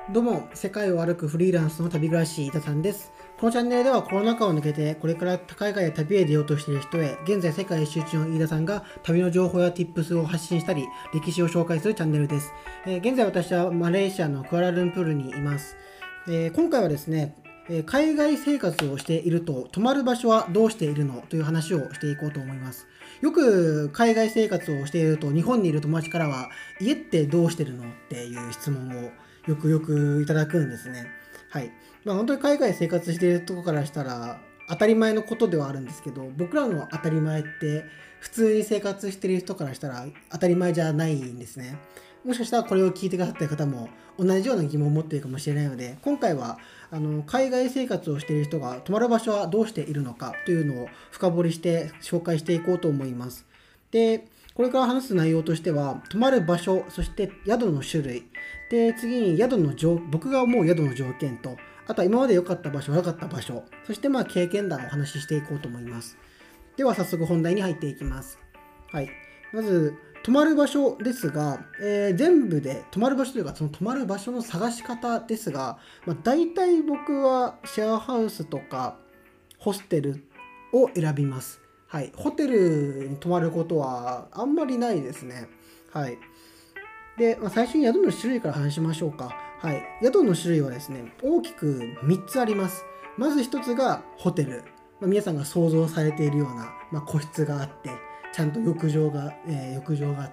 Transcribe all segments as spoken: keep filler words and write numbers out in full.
どうも、世界を歩くフリーランスの旅暮らし、伊田さんです。このチャンネルではコロナ禍を抜けて、これから海外や旅へ出ようとしている人へ、現在世界一周中の飯田さんが旅の情報や Tips を発信したり、歴史を紹介するチャンネルです。えー現在私はマレーシアのクアラルンプールにいます。えー今回はですね、えー海外生活をしていると、泊まる場所はどうしているのという話をしていこうと思います。よく海外生活をしていると、日本にいる友達からは、家ってどうしてるのっていう質問をよくよくいただくんですね。はい。まあ本当に海外生活しているところからしたら当たり前のことではあるんですけど、僕らの当たり前って普通に生活している人からしたら当たり前じゃないんですね。もしかしたらこれを聞いてくださっている方も同じような疑問を持っているかもしれないので、今回はあの海外生活をしている人が泊まる場所はどうしているのかというのを深掘りして紹介していこうと思います。で、これから話す内容としては、泊まる場所、そして宿の種類、で、次に宿の条、僕が思う宿の条件と、あとは今まで良かった場所、悪かった場所、そしてまあ経験談をお話ししていこうと思います。では早速本題に入っていきます。はい。まず、泊まる場所ですが、えー全部で泊まる場所というか、その泊まる場所の探し方ですが、まあ、大体僕はシェアハウスとかホステルを選びます。はい。ホテルに泊まることはあんまりないですね。はい。で、まあ、最初に宿の種類から話しましょうか。はい。宿の種類はですね、大きくみっつあります。まずひとつがホテル。まあ、皆さんが想像されているような、まあ、個室があって、ちゃんと浴場が、えー浴場があって、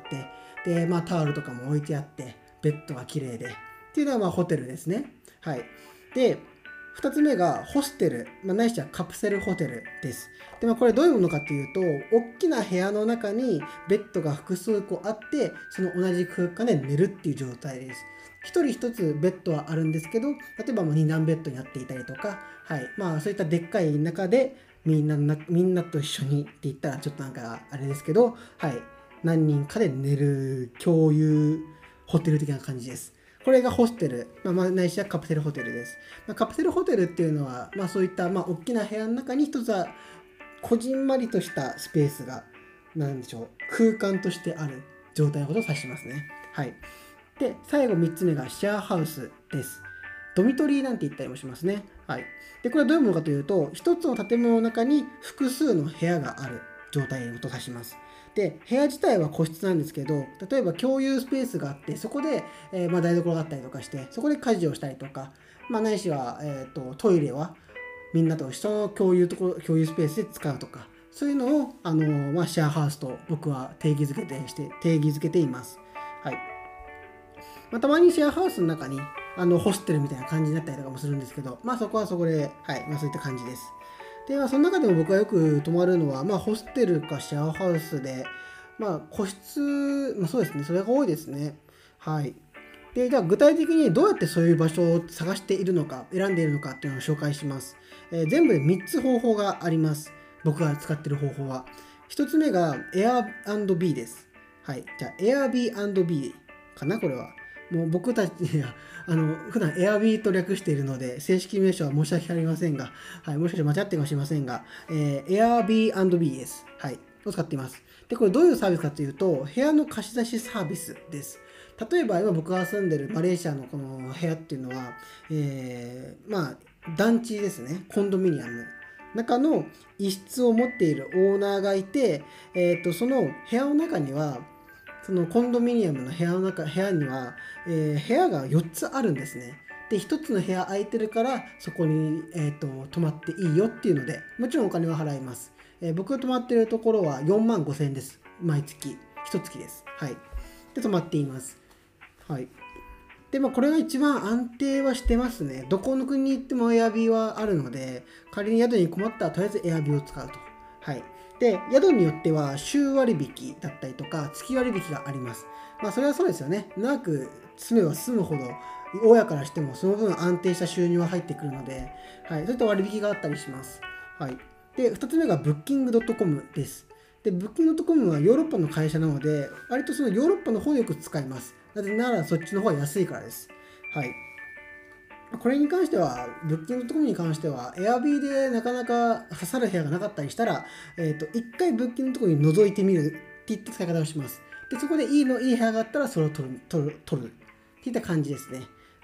で、まあ、タオルとかも置いてあって、ベッドが綺麗で、っていうのはまあホテルですね。はい。で、ふたつめがホステル、まあ、ないしはカプセルホテルです。で、まあ、これどういうものかっていうと、大きな部屋の中にベッドが複数個あって、その同じ空間で寝るっていう状態です。一人一つベッドはあるんですけど、例えばもうに段ベッドになっていたりとか、はい。まあそういったでっかい中でみんなな、みんなと一緒にって言ったらちょっとなんかあれですけど、はい。何人かで寝る共有ホテル的な感じです。これがホステル、まあ、まあないしはカプセルホテルです。まあ、カプセルホテルっていうのは、まあ、そういった、まあ、大きな部屋の中に一つはこじんまりとしたスペースが、なんでしょう、空間としてある状態のことを指しますね。はい。で、最後みっつめがシェアハウスです。ドミトリーなんて言ったりもしますね。はい。で、これはどういうものかというと、一つの建物の中に複数の部屋がある状態のことを指します。で、部屋自体は個室なんですけど、例えば共有スペースがあって、そこで、えーまあ、台所があったりとかして、そこで家事をしたりとか、まあ、ないしは、えーと、トイレはみんなと一緒の共有ところ、共有スペースで使うとか、そういうのを、あのーまあ、シェアハウスと僕は定義づけてして、定義づけています。はい。まあ、たまにシェアハウスの中にあのホステルみたいな感じになったりとかもするんですけど、まあそこはそこで、はい、まあそういった感じです。で、まあその中でも僕がよく泊まるのは、まあホステルかシェアハウスで、まあ個室、まあそうですね、それが多いですね。はい。で、じゃあ具体的にどうやってそういう場所を探しているのか、選んでいるのかっていうのを紹介します。えー全部でみっつ方法があります。僕が使っている方法は。ひとつめが Airbnb です。はい。じゃあ Airbnb かな、これは。もう僕たち、あの、普段 Airb と略しているので、正式名称は申し訳ありませんが、はい、もしかして間違ってるかもしれませんが、えー、Airbnb です。はい。を使っています。で、これどういうサービスかというと、部屋の貸し出しサービスです。例えば今僕が住んでるマレーシアのこの部屋っていうのは、えー、まあ、団地ですね。コンドミニアム。中の一室を持っているオーナーがいて、えー、とその部屋の中にはそのコンドミニアムの部屋の中、部屋には、えー部屋がよっつあるんですね。で、ひとつの部屋空いてるから、そこに、えーと泊まっていいよっていうので、もちろんお金は払います。えー僕が泊まってるところはよんまんごせんえんです。毎月。いちがつです。はい。で、泊まっています。はい。で、まあ、これが一番安定はしてますね。どこの国に行っても Airb はあるので、仮に宿に困ったらとりあえず Airb を使うと。はい。で、宿によっては週割引だったりとか、月割引があります。まあ、それはそうですよね。長く住めば住むほど、大家からしてもその分安定した収入は入ってくるので、はい。そういった割引があったりします。はい。で、ふたつめがブッキングドットコム です。で、ブッキングドットコム はヨーロッパの会社なので、割とそのヨーロッパの方でよく使います。なぜならそっちの方が安いからです。はい。これに関しては、ブッキングドットコムに関しては、Airb でなかなか刺さる部屋がなかったりしたら、えっ、と、一回ブッキングドットコムに覗いてみるっていった使い方をします。で、そこでいいの、いい部屋があったら、それを取る、取る、取るっていった感じですね。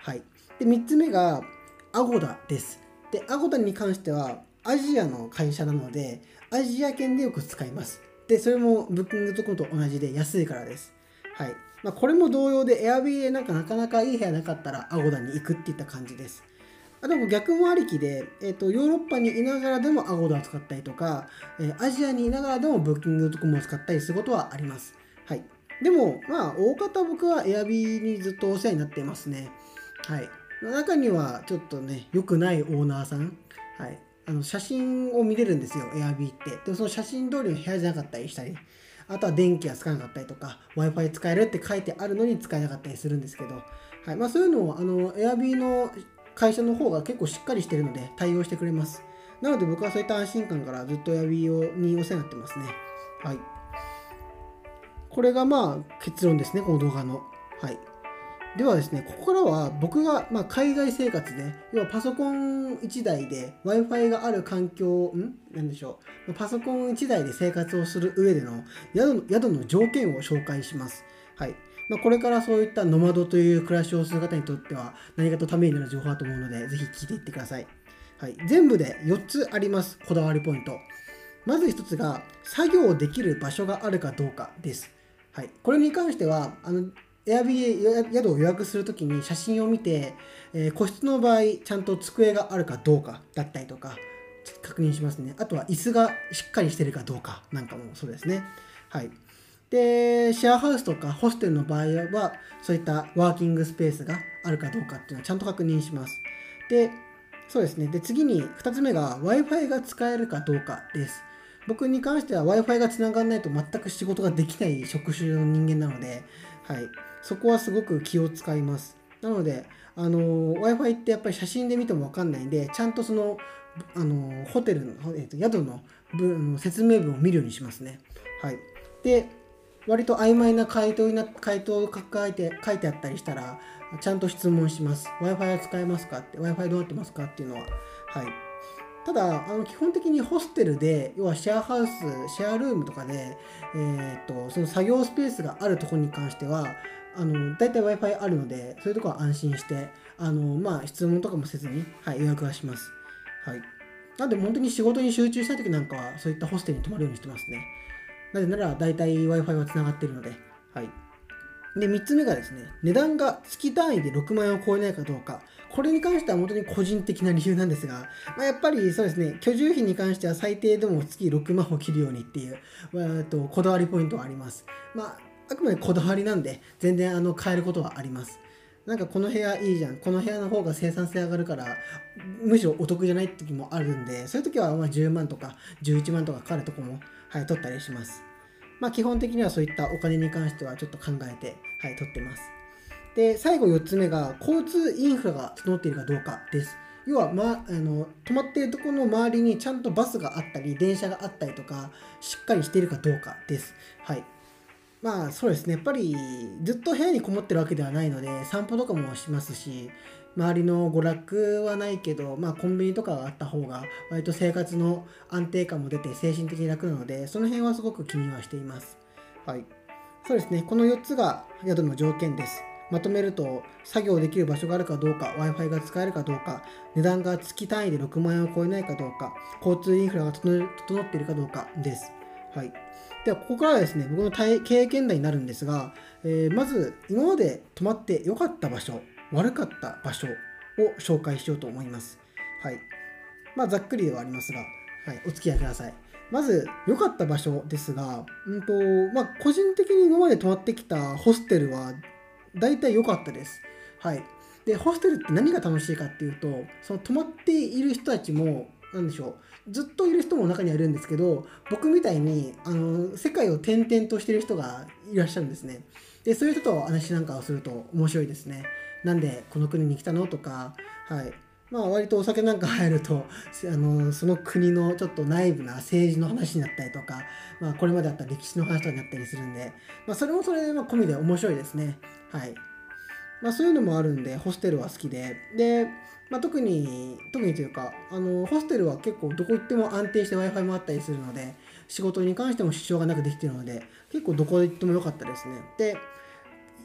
はい。で、みっつめがアゴダです。で、アゴダに関してはアジアの会社なので、アジア圏でよく使います。で、それもブッキングドットコムと同じで安いからです。はい。まあ、これも同様で、Airbnb でなんかなかなかいい部屋なかったらアゴダに行くっていった感じです。あでも逆もありきで、えーと、ヨーロッパにいながらでもアゴダを使ったりとか、えーアジアにいながらでもブッキングドットコムを使ったりすることはあります。はい。でも、まあ、大方僕は Airb にずっとお世話になっていますね。はい。中にはちょっとね、良くないオーナーさん、はい。あの写真を見れるんですよ、Airb って。でもその写真通りの部屋じゃなかったりしたり、あとは電気がつかなかったりとか、Wi-Fi 使えるって書いてあるのに使えなかったりするんですけど、はい。まあ、そういうのを、あの、Airb の会社の方が結構しっかりしてるので対応してくれます。なので僕はそういった安心感からずっと Airb にお世話になってますね。はい。これがまあ結論ですね、この動画の。はい。ではですね、ここからは僕がまあ海外生活で、要はパソコンいちだいで Wi-Fi がある環境、んなんでしょう。パソコンいちだいで生活をする上での宿の宿の条件を紹介します。はい。まあ、これからそういったノマドという暮らしをする方にとっては何かとためになる情報だと思うので、ぜひ聞いていってください。はい。全部でよっつあります。こだわりポイント。まずひとつが、作業できる場所があるかどうかです。はい。これに関しては、あの、Airbnb で宿を予約するときに写真を見て、えー個室の場合、ちゃんと机があるかどうかだったりとか、確認しますね。あとは椅子がしっかりしてるかどうかなんかもそうですね。はい。で、シェアハウスとかホステルの場合は、そういったワーキングスペースがあるかどうかっていうのはちゃんと確認します。で、そうですね。で、次にふたつめが Wi-Fi が使えるかどうかです。僕に関しては Wi-Fi がつながらないと全く仕事ができない職種の人間なので、はい。そこはすごく気を使います。なので、あの、Wi-Fi ってやっぱり写真で見てもわかんないんで、ちゃんとその、あの、ホテルの、えーと、宿の文説明文を見るようにしますね。はい。で、割と曖昧な回答にな回答を書いて書いてあったりしたら、ちゃんと質問します。Wi-Fi は使えますかって、Wi-Fi どうなってますかっていうのは。はい。ただ、あの基本的にホステルで、要はシェアハウス、シェアルームとかで、えーっと、その作業スペースがあるところに関しては、あの、大体 Wi-Fi あるので、そういうところは安心して、あの、まあ、質問とかもせずに、はい、予約はします。はい。なので、本当に仕事に集中したい時なんかは、そういったホステルに泊まるようにしてますね。なぜなら、大体 Wi-Fi はつながっているので、はい。で、みっつめがですね、値段が月単位でろくまん円を超えないかどうか。これに関しては本当に個人的な理由なんですが、まあ、やっぱりそうですね、居住費に関しては最低でも月ろくまんを切るようにっていう、まあ、とこだわりポイントはあります。まあ、あくまでこだわりなんで、全然あの変えることはあります。なんかこの部屋いいじゃん、この部屋の方が生産性上がるから、むしろお得じゃない時もあるんで、そういう時はまあじゅうまんとかじゅういちまんとかかかるとこも、はい、取ったりします。まあ、基本的にはそういったお金に関してはちょっと考えて、はい、取ってます。で、最後よっつめが、交通インフラが整っているかどうかです。要は、ま、あの止まっているところの周りにちゃんとバスがあったり、電車があったりとか、しっかりしているかどうかです。はい。まあそうですね、やっぱりずっと部屋にこもってるわけではないので、散歩とかもしますし、周りの娯楽はないけど、まあコンビニとかがあった方が、割と生活の安定感も出て精神的に楽なので、その辺はすごく気にはしています。はい。そうですね、このよっつが宿の条件です。まとめると、作業できる場所があるかどうか、Wi-Fi が使えるかどうか、値段が月単位でろくまん円を超えないかどうか、交通インフラが整っているかどうかです。はい。では、ここからはですね、僕の経験談になるんですが、えーまず、今まで泊まって良かった場所、悪かった場所を紹介しようと思います。はい。まあ、ざっくりではありますが、はい、お付き合いください。まず、良かった場所ですが、うんと、まあ、個人的に今まで泊まってきたホステルは、大体良かったです。はい。で、ホステルって何が楽しいかっていうと、その泊まっている人たちも、なんでしょう、ずっといる人も中にはいるんですけど、僕みたいに、あの、世界を転々としている人がいらっしゃるんですね。で、そういう人と話なんかをすると面白いですね。なんでこの国に来たのとか、はい。まあ割とお酒なんか入ると、あの、その国のちょっと内部な政治の話になったりとか、まあこれまであった歴史の話とかになったりするんで、まあそれもそれでまあ込みで面白いですね。はい。まあそういうのもあるんで、ホステルは好きで、で、まあ特に、特にというか、あの、ホステルは結構どこ行っても安定して Wi-Fi もあったりするので、仕事に関しても支障がなくできているので、結構どこ行っても良かったですね。で、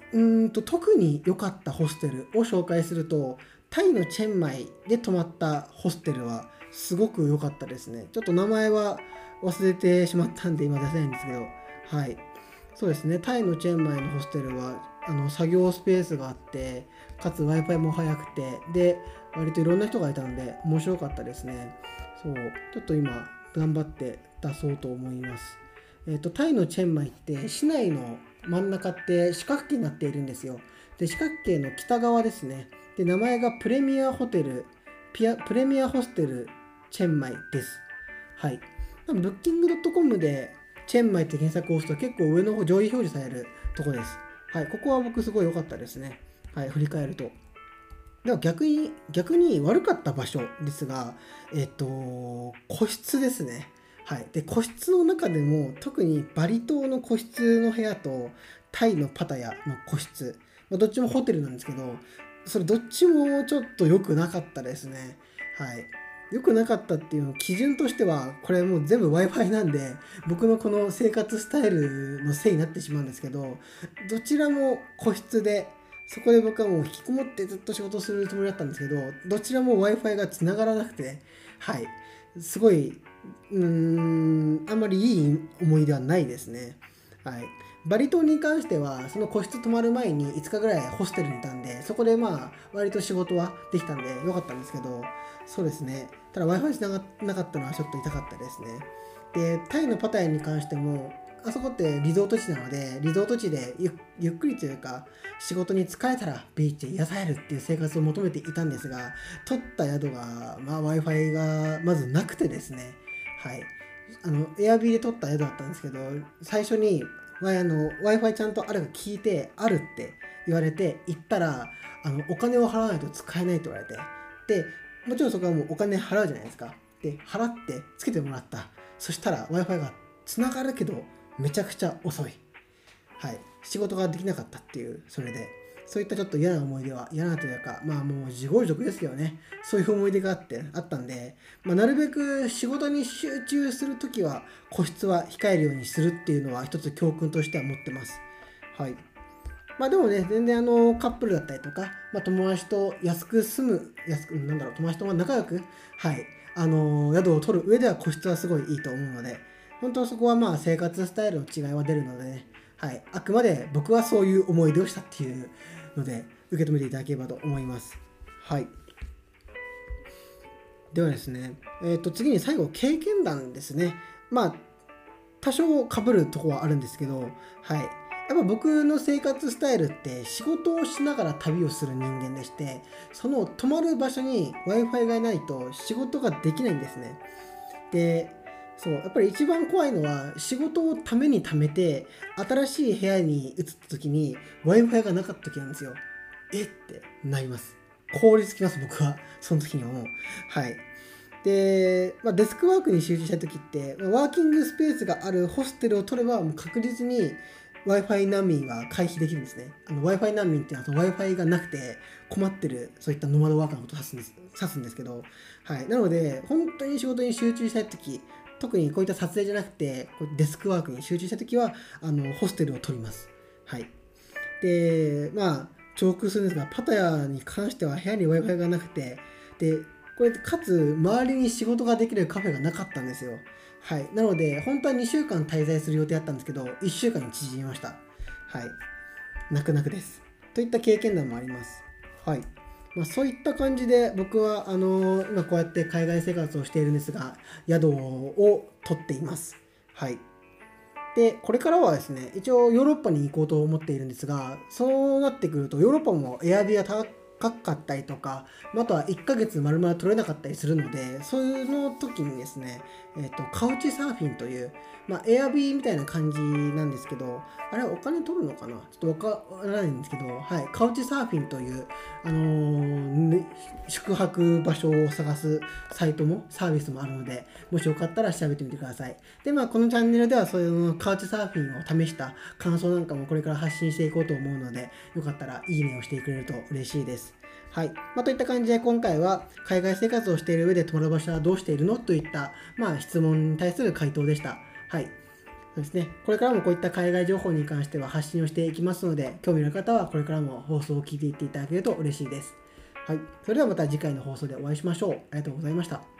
うーんと特に良かったホステルを紹介すると、タイのチェンマイで泊まったホステルはすごく良かったですね。ちょっと名前は忘れてしまったんで今出せないんですけど、はい。そうですね、タイのチェンマイのホステルはあの作業スペースがあって、かつ Wi-Fi も速くて、で、割といろんな人がいたので面白かったですね。そう、ちょっと今頑張って出そうと思います。えっと、タイのチェンマイって市内の真ん中って四角形になっているんですよ。で、四角形の北側ですね。で、名前がプレミアホテル、ピアプレミアホステルチェンマイです。はい。ブッキングドットコム でチェンマイって検索を押すと結構上の方上位表示されるとこです。はい。ここは僕すごい良かったですね。はい。振り返ると。では逆に、逆に悪かった場所ですが、えっと、個室ですね。はい。で、個室の中でも特にバリ島の個室の部屋とタイのパタヤの個室、まあどっちもホテルなんですけど、それどっちもちょっと良くなかったですね。はい。良くなかったっていうの基準としては、これもう全部 Wi-Fi なんで、僕のこの生活スタイルのせいになってしまうんですけど、どちらも個室で、そこで僕はもう引きこもってずっと仕事するつもりだったんですけど、どちらも Wi-Fi が繋がらなくて、はい。すごい、うーん、あんまりいい思い出はないですね。はい。バリ島に関しては、その個室泊まる前にいつかぐらいホステルにいたんで、そこでまあ、割と仕事はできたんで良かったんですけど、そうですね。ただ Wi-Fi つながなかったのはちょっと痛かったですね。で、タイのパタヤに関しても、あそこってリゾート地なので、リゾート地でゆゆっくりというか、仕事に疲れたらビーチで癒されるっていう生活を求めていたんですが、取った宿が、まあ、Wi-Fi がまずなくてですね、はい。あの、Airb で取った宿だったんですけど、最初に、わあの Wi-Fi ちゃんとあるか聞いて、あるって言われて、行ったら、あの、お金を払わないと使えないと言われて、で、もちろんそこはもうお金払うじゃないですか。で、払ってつけてもらった。そしたら Wi-Fi が繋がるけど、めちゃくちゃ遅い。はい。仕事ができなかったっていう、それで。そういったちょっと嫌な思い出は、嫌なというか、まあもう自業自得ですよね。そういう思い出があって、あったんで、まあ、なるべく仕事に集中するときは、個室は控えるようにするっていうのは一つ教訓としては持ってます。はい。まあでもね、全然あの、カップルだったりとか、まあ友達と安く住む、安く、なんだろう、友達と仲良く、はい、あの、宿を取る上では個室はすごいいいと思うので、本当そこはまあ生活スタイルの違いは出るのでね、はい、あくまで僕はそういう思い出をしたっていうので、受け止めていただければと思います。はい。ではですね、えっと、次に最後、経験談ですね。まあ、多少被るとこはあるんですけど、はい。やっぱ僕の生活スタイルって仕事をしながら旅をする人間でして、その泊まる場所に Wi-Fi がないと仕事ができないんですね。で、そう、やっぱり一番怖いのは仕事をために貯めて新しい部屋に移った時に Wi-Fi がなかった時なんですよ。えってなります。凍りつきます、僕は。その時にはもう。はい。で、まあ、デスクワークに集中した時って、まあワーキングスペースがあるホステルを取ればもう確実に Wi-Fi 難民は回避できるんですね。あの Wi-Fi 難民っていうのは Wi-Fi がなくて困ってるそういったノマドワーカーのことを指すんです指すんですけど、はい。なので、本当に仕事に集中したい時、特にこういった撮影じゃなくて、こうデスクワークに集中した時は、あの、ホステルを取ります。はい。で、まあ、重複するんですが、パタヤに関しては部屋に Wi-Fi がなくて、で、これ、かつ、周りに仕事ができるカフェがなかったんですよ。はい。なので、本当はにしゅうかん滞在する予定だったんですけど、いっしゅうかんに縮みました。はい。泣く泣くです。といった経験談もあります。はい。まあ、そういった感じで僕はあのー今こうやって海外生活をしているんですが、宿を取っています。はい。で、これからはですね、一応ヨーロッパに行こうと思っているんですが、そうなってくるとヨーロッパもエアビーが高かったりとか、まああとはいっかげつ丸々取れなかったりするので、そういうの時にですね、えっと、カウチサーフィンという、まあ、エアビーみたいな感じなんですけど、あれはお金取るのかなちょっとわからないんですけど、はい、カウチサーフィンという、あのーね宿泊場所を探すサイトも、サービスもあるので、もしよかったら調べてみてください。で、まあ、このチャンネルではそういうカウチサーフィンを試した感想なんかもこれから発信していこうと思うので、よかったらいいねをしてくれると嬉しいです。はい。まあ、といった感じで今回は海外生活をしている上で泊まる場所はどうしているのといった、まあ、質問に対する回答でした。はい。 そうですね。これからもこういった海外情報に関しては発信をしていきますので、興味のある方はこれからも放送を聞いていっていただけると嬉しいです。はい。それではまた次回の放送でお会いしましょう。ありがとうございました。